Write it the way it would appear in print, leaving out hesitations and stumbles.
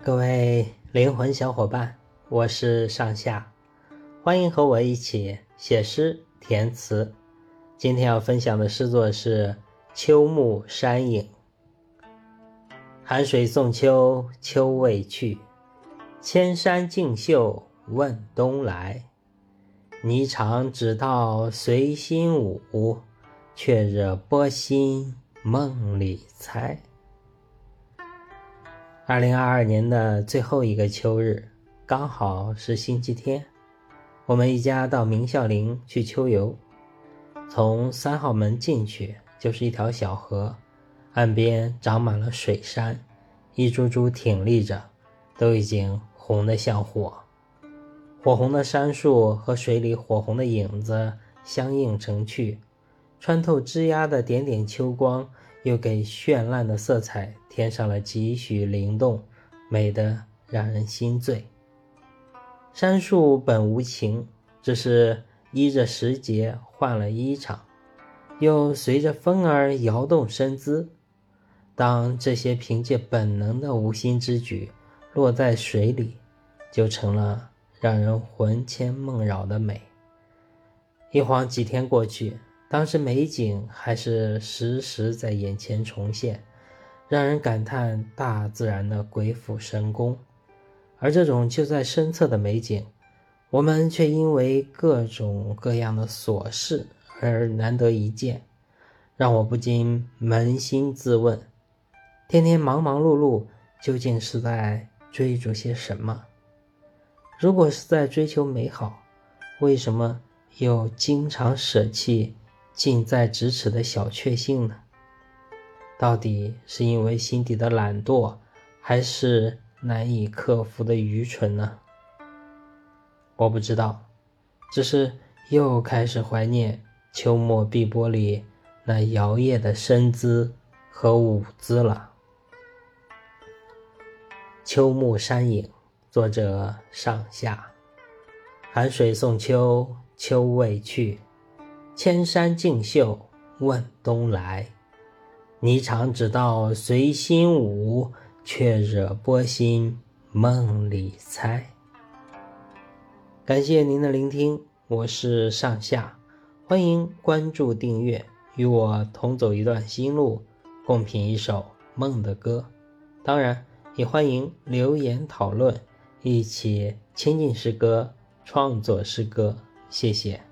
各位灵魂小伙伴，我是上下，欢迎和我一起写诗填词。今天要分享的诗作是《秋暮山影》。寒水送秋，秋未去，千山竞秀问东来。霓裳只道随心舞，却惹波心梦里猜。2022年的最后一个秋日，刚好是星期天，我们一家到明孝陵去秋游。从3号门进去就是一条小河，岸边长满了水杉，一株株挺立着，都已经红得像火。火红的杉树和水里火红的影子相映成趣，穿透枝桠的点点秋光又给绚烂的色彩添上了几许灵动，美得让人心醉。杉树本无情，只是依着时节换了衣裳，又随着风儿摇动身姿。当这些凭借本能的无心之举落在水里，就成了让人魂牵梦绕的美。一晃几天过去，当时美景还是时时在眼前重现，让人感叹大自然的鬼斧神工。而这种就在身侧的美景，我们却因为各种各样的琐事而难得一见，让我不禁扪心自问，天天忙忙碌碌，究竟是在追逐些什么？如果是在追求美好，为什么又经常舍弃近在咫尺的小确幸呢？到底是因为心底的懒惰，还是难以克服的愚蠢呢？我不知道，只是又开始怀念秋末碧波里那摇曳的身姿和舞姿了。秋暮山影，作者上下。寒水送秋，秋未去，千山竞秀问东来。霓裳只道随心舞，却惹波心梦里猜。感谢您的聆听，我是上下，欢迎关注订阅，与我同走一段心路，共品一首梦的歌。当然也欢迎留言讨论，一起亲近诗歌，创作诗歌。谢谢。